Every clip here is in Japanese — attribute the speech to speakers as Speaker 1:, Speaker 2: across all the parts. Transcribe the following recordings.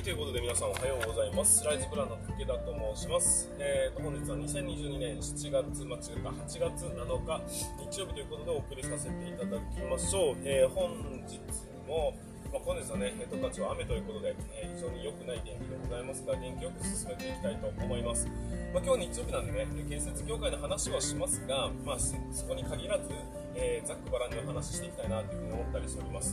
Speaker 1: ということで皆さんおはようございます。ライズプランの武田と申します。本日は2022年8月7日日曜日ということでお送りさせていただきましょう。本日も、本日はね、十勝は雨ということで、非常に良くない天気でございますが、元気よく進めていきたいと思います。今日日曜日なんでね、建設業界の話はしますが、そこに限らず、ざっくばらんにお話ししていきたいなというふうに思ったりしております。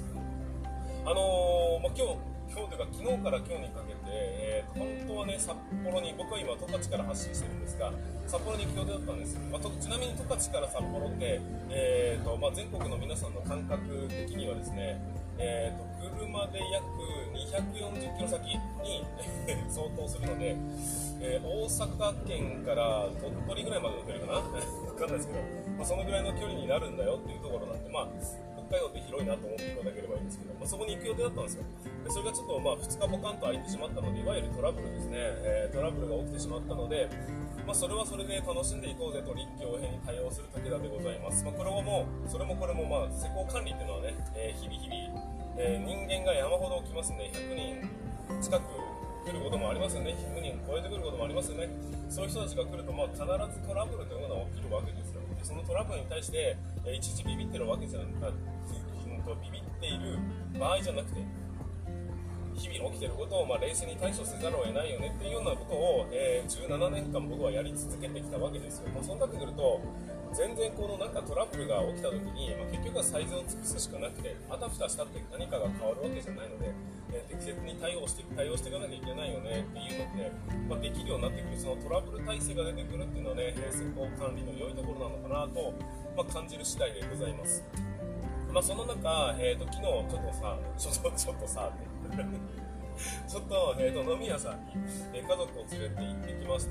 Speaker 1: 今日というか昨日から今日にかけて、本当はね札幌に、僕は今十勝から発信してるんですが、札幌に行く予定だったんです。ちなみに十勝から札幌って、全国の皆さんの感覚的にはですね、車で約240キロ先に相当するので、大阪県から鳥取ぐらいまでの距離かな分かんないですけど、そのぐらいの距離になるんだよっていうところなんで、北海道って広いなと思っていただければいいんですけど、そこに行く予定だったんですよ。でそれがちょっと2日ボカンと空いてしまったので、いわゆるトラブルですね、トラブルが起きてしまったので、それはそれで楽しんでいこうぜと臨機応変に対応する武田でございます。これもそれもこれも施工管理っていうのはね、日々、人間が山ほど起きますんで、100人近く来ることもありますよね。100人超えてくることもありますよね。そういう人たちが来ると、必ずトラブルというのが起きるわけですよ。でそのトラブルに対して、一時ビビってるわけじゃなくて、ビビっている場合じゃなくて、日々起きていることを冷静に対処せざるを得ないよねっていうようなことを、17年間僕はやり続けてきたわけですよ。そうなってくると、全然トラブルが起きた時に、結局は最善を尽くすしかなくて、あたふたしたって何かが変わるわけじゃないので、適切に対応していかなきゃいけないよねっていうので、できるようになってくる、そのトラブル体制が出てくるっていうのはね、施工管理の良いところなのかなと、感じる次第でございます。その中、昨日ちょっとさちょっと、飲み屋さんに、家族を連れて行ってきまして、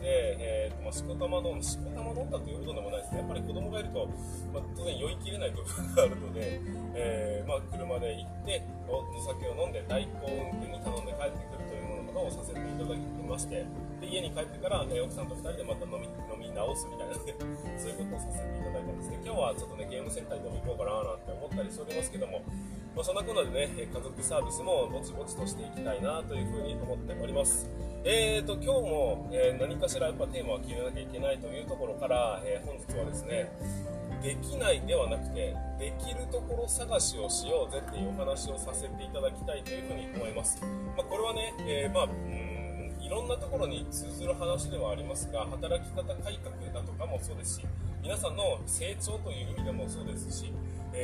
Speaker 1: しこたま飲んだということでもないですね。やっぱり子供がいると、当然酔いきれない部分があるので、車で行ってお酒を飲んで代行運転に頼んで帰ってくるというものをさせていただきまして、で家に帰ってから、奥さんと2人でまた飲み直すみたいなそういうことをさせていただいたんですね。今日はちょっとねゲームセンターにでも行こうかななんて思ったりしておりますけども、そんなことでね、家族サービスもぼちぼちとしていきたいなというふうに思っております。今日も、何かしらやっぱテーマを決めなきゃいけないというところから、本日はですね、できないではなくてできるところ探しをしようぜっていうお話をさせていただきたいというふうに思います。これはね、いろんなところに通ずる話ではありますが、働き方改革だとかもそうですし、皆さんの成長という意味でもそうですし、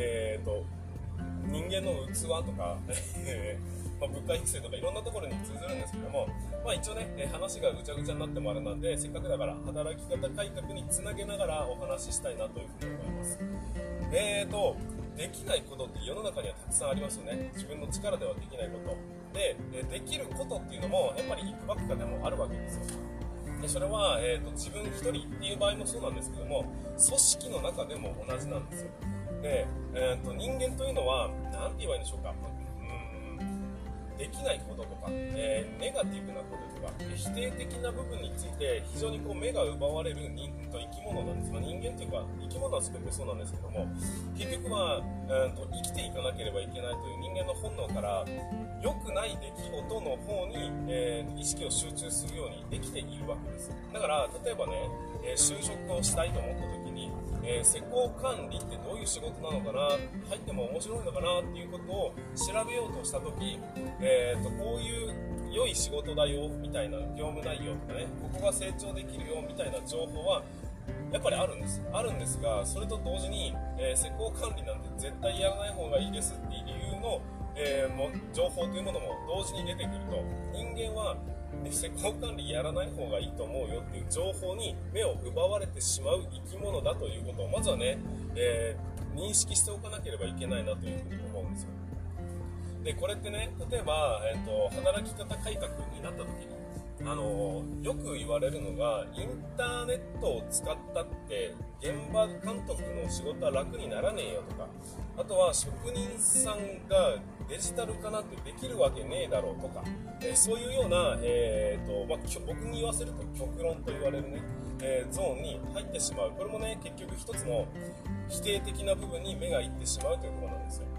Speaker 1: 人間の器とか物価育成とかいろんなところに通ずるんですけども、一応ね、話がぐちゃぐちゃになってもあれなんで、せっかくだから働き方改革につなげながらお話ししたいなというふうに思います。できないことって世の中にはたくさんありますよね。自分の力ではできないことで、できることっていうのもやっぱりいくばくかでもあるわけですよ。でそれは、自分一人っていう場合もそうなんですけども、組織の中でも同じなんですよ。で、人間というのは何て言えばいいんでしょうか、できないこととか、ネガティブなこととか否定的な部分について非常に目が奪われる生き物なんです。人間というか生き物は全てそうなんですけども、結局は、生きていかなければいけないという人間の本能から良くない出来事の方に、意識を集中するようにできているわけです。だから例えばね、就職をしたいと思った時に、施工管理ってどういう仕事なのかな、入っても面白いのかなっていうことを調べようとした時、こういう良い仕事だよみたいな業務内容とかね、ここが成長できるよみたいな情報はやっぱりあるんですが、それと同時に、施工管理なんて絶対やらない方がいいですっていう理由の、情報というものも同時に出てくると、人間は施工管理やらない方がいいと思うよっていう情報に目を奪われてしまう生き物だということをまずはね、認識しておかなければいけないなというふうに思うんですよ。でこれってね、例えば、働き方改革になった時によく言われるのが、インターネットを使ったって現場監督の仕事は楽にならねえよとか、あとは職人さんがデジタル化なんてできるわけねえだろうとか、そういうような、僕に言わせると極論と言われるね、ゾーンに入ってしまう。これもね、結局一つの否定的な部分に目がいってしまうということなんですよ。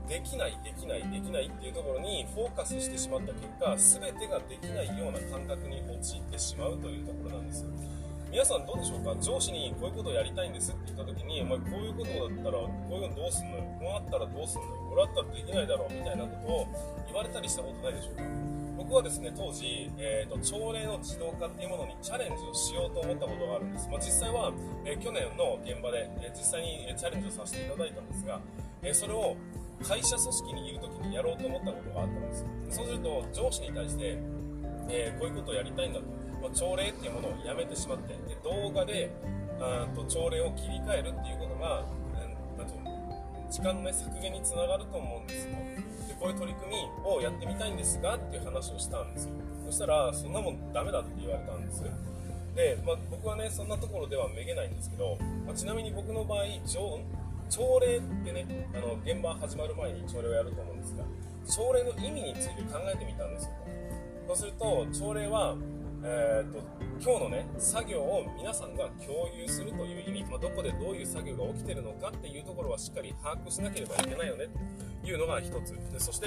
Speaker 1: できないっていうところにフォーカスしてしまった結果、全てができないような感覚に陥ってしまうというところなんですよ。皆さんどうでしょうか。上司にこういうことをやりたいんですって言った時に、お前こういうことだったらこういうのどうすんのよ、こうなったらどうすんのよ、これだったらできないだろうみたいなことを言われたりしたことないでしょうか。僕はですね、当時、朝礼の自動化っていうものにチャレンジをしようと思ったことがあるんです。実際は、去年の現場で、実際にチャレンジをさせていただいたんですが、それを会社組織にいる時にやろうと思ったことがあったんです。そうすると上司に対して、こういうことをやりたいんだと、朝礼っていうものをやめてしまって、で動画で朝礼を切り替えるっていうことが、なんていうの、時間の、削減につながると思うんですよ。でこういう取り組みをやってみたいんですがっていう話をしたんですよ。そしたらそんなもんダメだって言われたんです。で、僕はねそんなところではめげないんですけど、ちなみに僕の場合朝礼ってね、現場始まる前に朝礼をやると思うんですが、朝礼の意味について考えてみたんですよ。そうすると朝礼は、今日のね作業を皆さんが共有するという意味、どこでどういう作業が起きてるのかっていうところはしっかり把握しなければいけないよねというのが一つで、そして、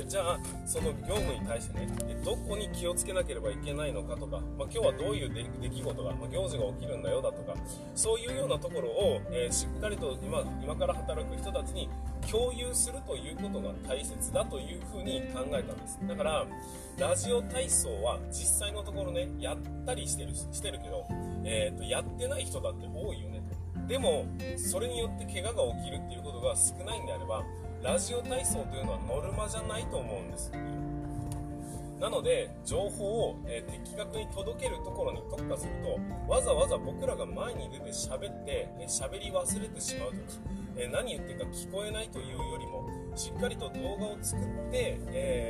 Speaker 1: じゃあその業務に対してねどこに気をつけなければいけないのかとか、今日はどういう出来事が、行事が起きるんだよだとか、そういうようなところを、しっかりと今から働く人たちに共有するということが大切だというふうに考えたんです。だからラジオ体操は実際のところねやったりしてるけど、やってない人だって多いよねと。でもそれによって怪我が起きるっていうことが少ないんであれば、ラジオ体操というのはノルマじゃないと思うんです。なので情報を、的確に届けるところに特化すると、わざわざ僕らが前に出て喋って喋り忘れてしまうとか、何言ってるか聞こえないというよりも、しっかりと動画を作って、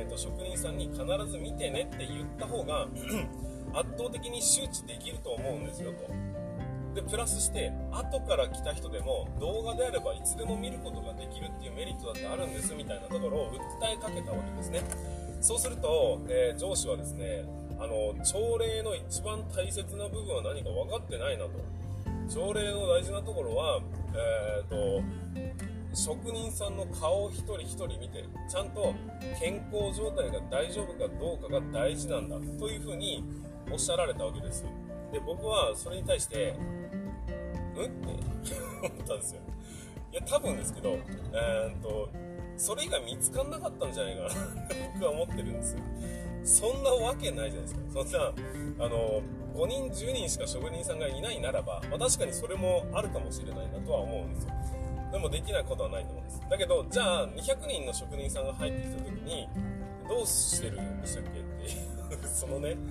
Speaker 1: 職人さんに必ず見てねって言った方が圧倒的に周知できると思うんですよと。でプラスして後から来た人でも動画であればいつでも見ることができるっていうメリットだってあるんですみたいなところを訴えかけたわけですね。そうすると、上司はですね、朝礼の一番大切な部分は何か分かってないなと。朝礼の大事なところは、職人さんの顔を一人一人見て、ちゃんと健康状態が大丈夫かどうかが大事なんだというふうにおっしゃられたわけです。で僕はそれに対してって思ったんですよ。いや多分ですけど、それ以外見つかんなかったんじゃないかなって僕は思ってるんですよ。そんなわけないじゃないですか。そんな5人10人しか職人さんがいないならば、確かにそれもあるかもしれないなとは思うんですよ。でもできないことはないと思うんです。だけどじゃあ200人の職人さんが入ってきた時にどうしてるんでしたっけっていうそのね、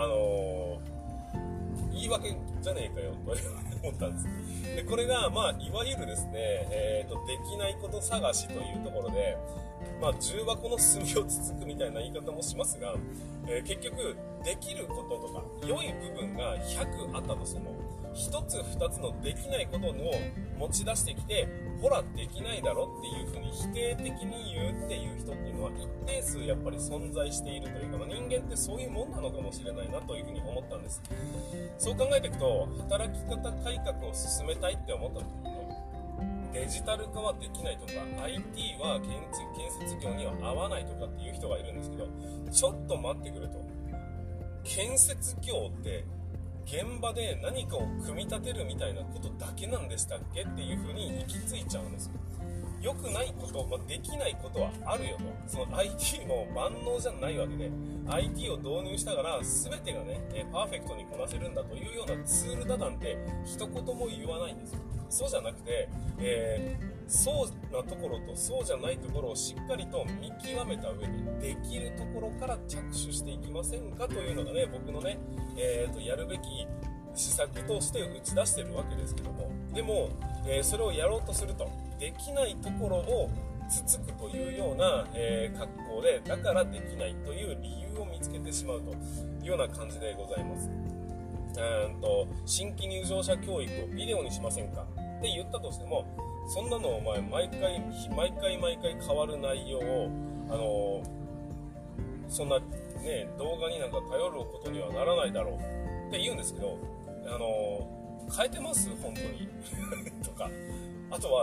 Speaker 1: 言い訳じゃねえかよと思ったんです。でこれが、いわゆるですね、できないこと探しというところで、重箱の隅をつつくみたいな言い方もしますが、結局できることとか良い部分が100あったとしても、1つ2つのできないことを持ち出してきて、ほらできないだろっていうふうに否定的に言うっていう人っていうのは一定数やっぱり存在しているというか、人間ってそういうもんなのかもしれないなというふうに思ったんです。そう考えていくと、働き方改革を進めたいって思った時にね、デジタル化はできないとか IT は建設業には合わないとかっていう人がいるんですけど、ちょっと待ってくれと。建設業って現場で何かを組み立てるみたいなことだけなんでしたっけっていう風に行き着いちゃうんですよ。良くないこと、できないことはあるよと。その IT も万能じゃないわけで、 IT を導入したから全てがねパーフェクトにこなせるんだというようなツールだなんて一言も言わないんですよ。そうじゃなくて、そうなところとそうじゃないところをしっかりと見極めた上で、できるところから着手していきませんかというのがね、僕のね、やるべき施策として打ち出してるわけですけども、でも、それをやろうとするとできないところをつつくというような、格好で、だからできないという理由を見つけてしまうというような感じでございます。新規入場者教育をビデオにしませんかって言ったとしても、そんなのお前毎回変わる内容をそんなね動画になんか頼ることにはならないだろうって言うんですけど、変えてます本当にとか、あとは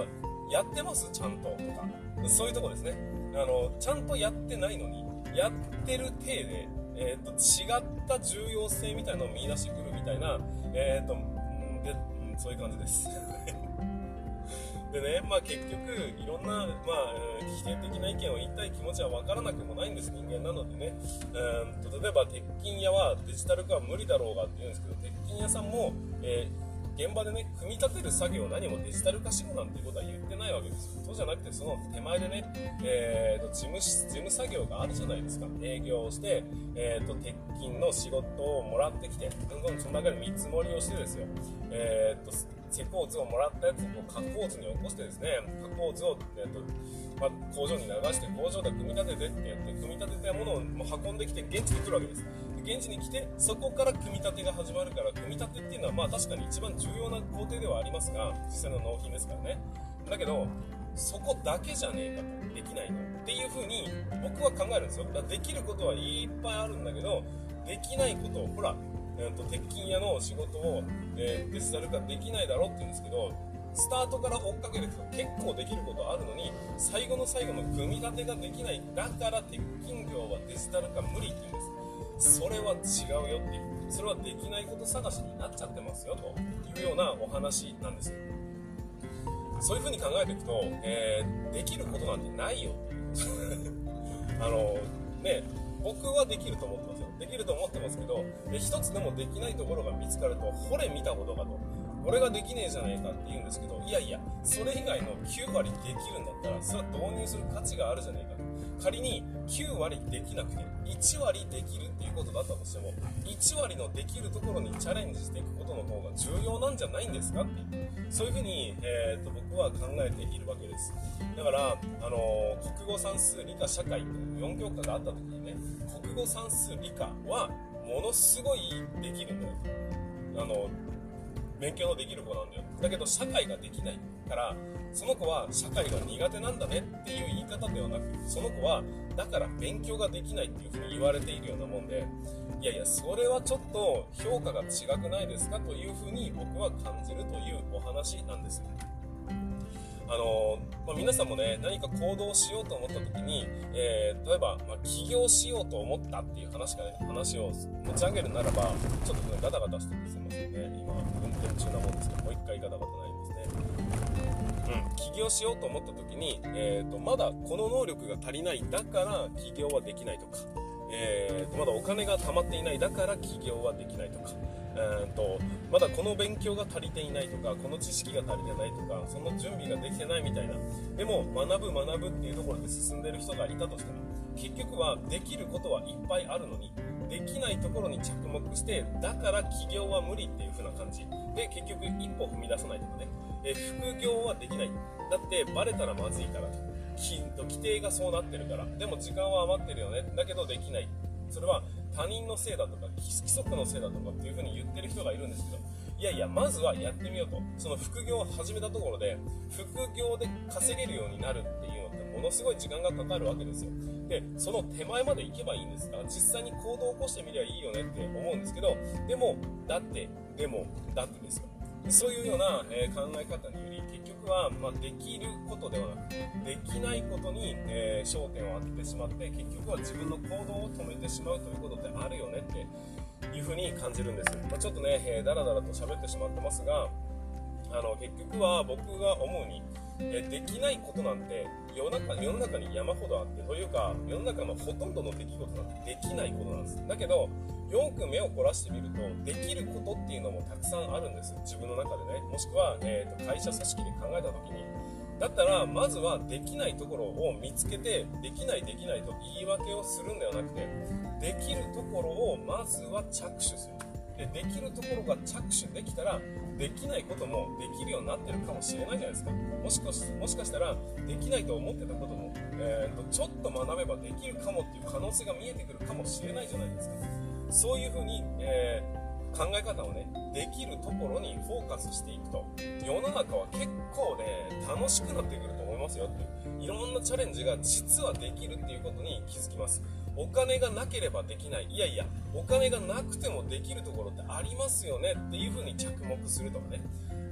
Speaker 1: やってますちゃんととか、そういうとこですね。ちゃんとやってないのにやってる体で、違った重要性みたいなのを見出してくるみたいな、そういう感じですでね、結局いろんな、否定的な意見を言いたい気持ちは分からなくもないんです。人間なのでね。例えば鉄筋屋はデジタル化は無理だろうがって言うんですけど、鉄筋屋さんも、現場でね、組み立てる作業を何もデジタル化しろなんていうことは言ってないわけですよ。そうじゃなくて、その手前でね、事務作業があるじゃないですか。営業をして、鉄筋の仕事をもらってきて、その中で見積もりをしてですよ、施工図をもらったやつを加工図に起こしてですね、加工図を、工場に流して工場で組み立ててってやって、組み立てたものを運んできて現地に来るわけです。現地に来てそこから組み立てが始まるから、組み立てっていうのは確かに一番重要な工程ではありますが、実際の納品ですからね。だけどそこだけじゃねえかと、できないのっていう風に僕は考えるんですよ。だからできることはいっぱいあるんだけど、できないことを、ほら、鉄筋屋の仕事を、デジタル化できないだろって言うんですけど、スタートから追っかけていくと結構できることあるのに、最後の最後の組み立てができない。だから鉄筋業はデジタル化無理って言うんです。それは違うよっていう、それはできないこと探しになっちゃってますよというようなお話なんですよ。そういう風に考えていくと、できることなんてないよっていう僕はできると思ってますよ。できると思ってますけど、一つでもできないところが見つかると、ほれ見たことかと、これができねえじゃねえかって言うんですけど、いやいや、それ以外の9割できるんだったら、それは導入する価値があるじゃねえかと。仮に9割できなくて1割できるっていうことだったとしても、1割のできるところにチャレンジしていくことの方が重要なんじゃないんですかっていう、そういうふうに、僕は考えているわけです。だから、国語算数理科社会っていう4教科があった時にね、国語算数理科はものすごいできるんだよ。勉強のできる子なんだよ。だけど社会ができないから、その子は社会が苦手なんだねっていう言い方ではなく、その子はだから勉強ができないっていうふうに言われているようなもんで、いやいや、それはちょっと評価が違くないですかというふうに僕は感じるというお話なんです。皆さんもね、何か行動しようと思った時に、例えば、起業しようと思ったっていう話を持ち上げるならば、ちょっとね、ガタガタしててすみませんね。今運転中なもんですけど、もう一回ガタガタないんですね。起業しようと思った時に、まだこの能力が足りない、だから起業はできないとか、まだお金が貯まっていない、だから起業はできないとか、まだこの勉強が足りていないとか、この知識が足りてないとか、その準備ができてないみたいな。でも学ぶっていうところで進んでる人がいたとしても、結局はできることはいっぱいあるのに、できないところに着目して、だから起業は無理っていう風な感じで、結局一歩踏み出さないとかね、副業はできない、だってバレたらまずいからと、規定がそうなってるから、でも時間は余ってるよね、だけどできない、それは他人のせいだとか規則のせいだとかっていう風に言ってる人がいるんですけど、いやいや、まずはやってみようと。その副業を始めたところで副業で稼げるようになるっていうのってものすごい時間がかかるわけですよ。で、その手前まで行けばいいんですから、実際に行動を起こしてみりゃいいよねって思うんですけど、でもだってですよ。そういうような、考え方により、結局は、できることではなく、できないことに、焦点を当ててしまって、結局は自分の行動を止めてしまうということってあるよねっていうふうに感じるんです。ちょっとね、だらだらと喋ってしまってますが、結局は僕が思うに、できないことなんて世の中に山ほどあって、というか世の中のほとんどの出来事なんてできないことなんです。だけどよく目を凝らしてみると、できることっていうのもたくさんあるんです、自分の中でね。もしくは、会社組織で考えた時に、だったらまずはできないところを見つけて、できないと言い訳をするんではなくて、できるところをまずは着手する。できるところが着手できたら、できないこともできるようになってるかもしれないじゃないですか。もしかしたらできないと思ってたことも、ちょっと学べばできるかもっていう可能性が見えてくるかもしれないじゃないですか。そういうふうに、考え方をね、できるところにフォーカスしていくと、世の中は結構ね、楽しくなってくると思いますよっていう、いろんなチャレンジが実はできるっていうことに気づきます。お金がなければできない、いやいや、お金がなくてもできるところってありますよねっていう風に着目するとかね。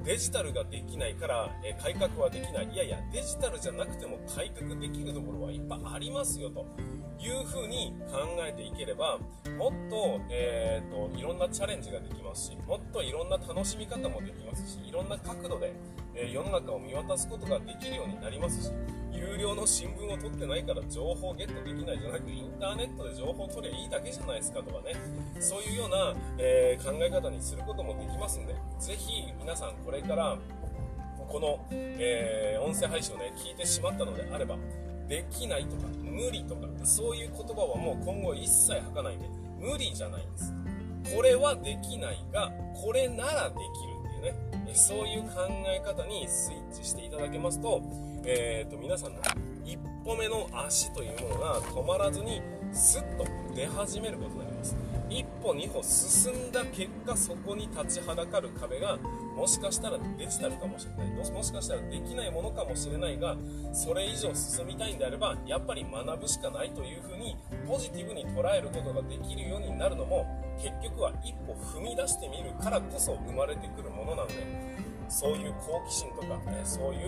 Speaker 1: デジタルができないから、改革はできない。いやいや、デジタルじゃなくても改革できるところはいっぱいありますよというふうに考えていければ、もっと、いろんなチャレンジができますし、もっといろんな楽しみ方もできますし、いろんな角度で、世の中を見渡すことができるようになりますし、有料の新聞を取ってないから情報ゲットできないじゃなくて、インターネットで情報を取りゃいいだけじゃないですかとかね、そういうような、考え方にすることもできますんで、ぜひ皆さんこれからこの、音声配信をね聞いてしまったのであれば、できないとか無理とかそういう言葉はもう今後一切吐かないで、無理じゃないんです。これはできないがこれならできるっていうね、そういう考え方にスイッチしていただけますと、皆さんの一歩目の足というものが止まらずにスッと出始めることになります。一歩二歩進んだ結果、そこに立ちはだかる壁がもしかしたらデジタルかもしれない、もしかしたらできないものかもしれないが、それ以上進みたいんであればやっぱり学ぶしかないというふうにポジティブに捉えることができるようになるのも、結局は一歩踏み出してみるからこそ生まれてくるものなので、そういう好奇心とか、そういう、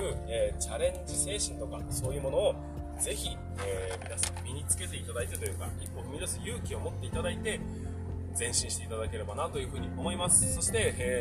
Speaker 1: チャレンジ精神とかそういうものをぜひ、皆さん身につけていただいてというか、一歩踏み出す勇気を持っていただいて前進していただければなというふうに思います。そして、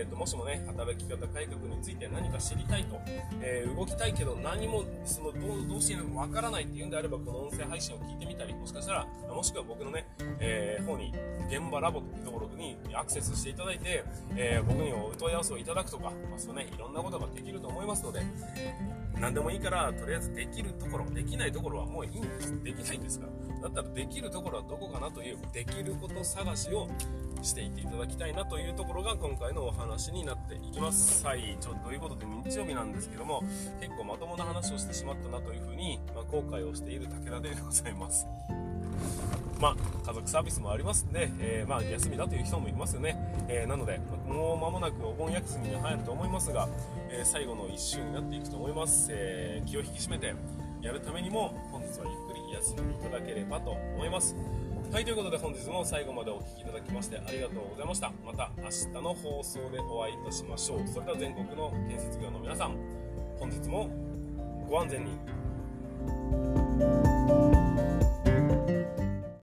Speaker 1: もしもね働き方改革について何か知りたいと、動きたいけど何もどうしていいのかわからないっていうんであれば、この音声配信を聞いてみたり、もしかしたらもしくは僕のね、方に現場ラボというところにアクセスしていただいて、僕にお問い合わせをいただくとか、そうね、いろんなことができると思いますので、何でもいいからとりあえずできるところ、できないところはもういいんです。できないんですから、だったらできるところはどこかなというできること探しをしていっていただきたいなというところが今回のお話になっていきます。はい、ということで日曜日なんですけども、結構まともな話をしてしまったなというふうに、後悔をしている武田でございます。家族サービスもありますんで、休みだという人もいますよね。なのでもう間もなくお盆休みに入ると思いますが、最後の1週になっていくと思います。気を引き締めてやるためにも本日はゆっくり休んでいただければと思います。はい、ということで本日も最後までお聞きいただきましてありがとうございました。また明日の放送でお会いいたしましょう。それでは全国の建設業の皆さん、本日もご安全に。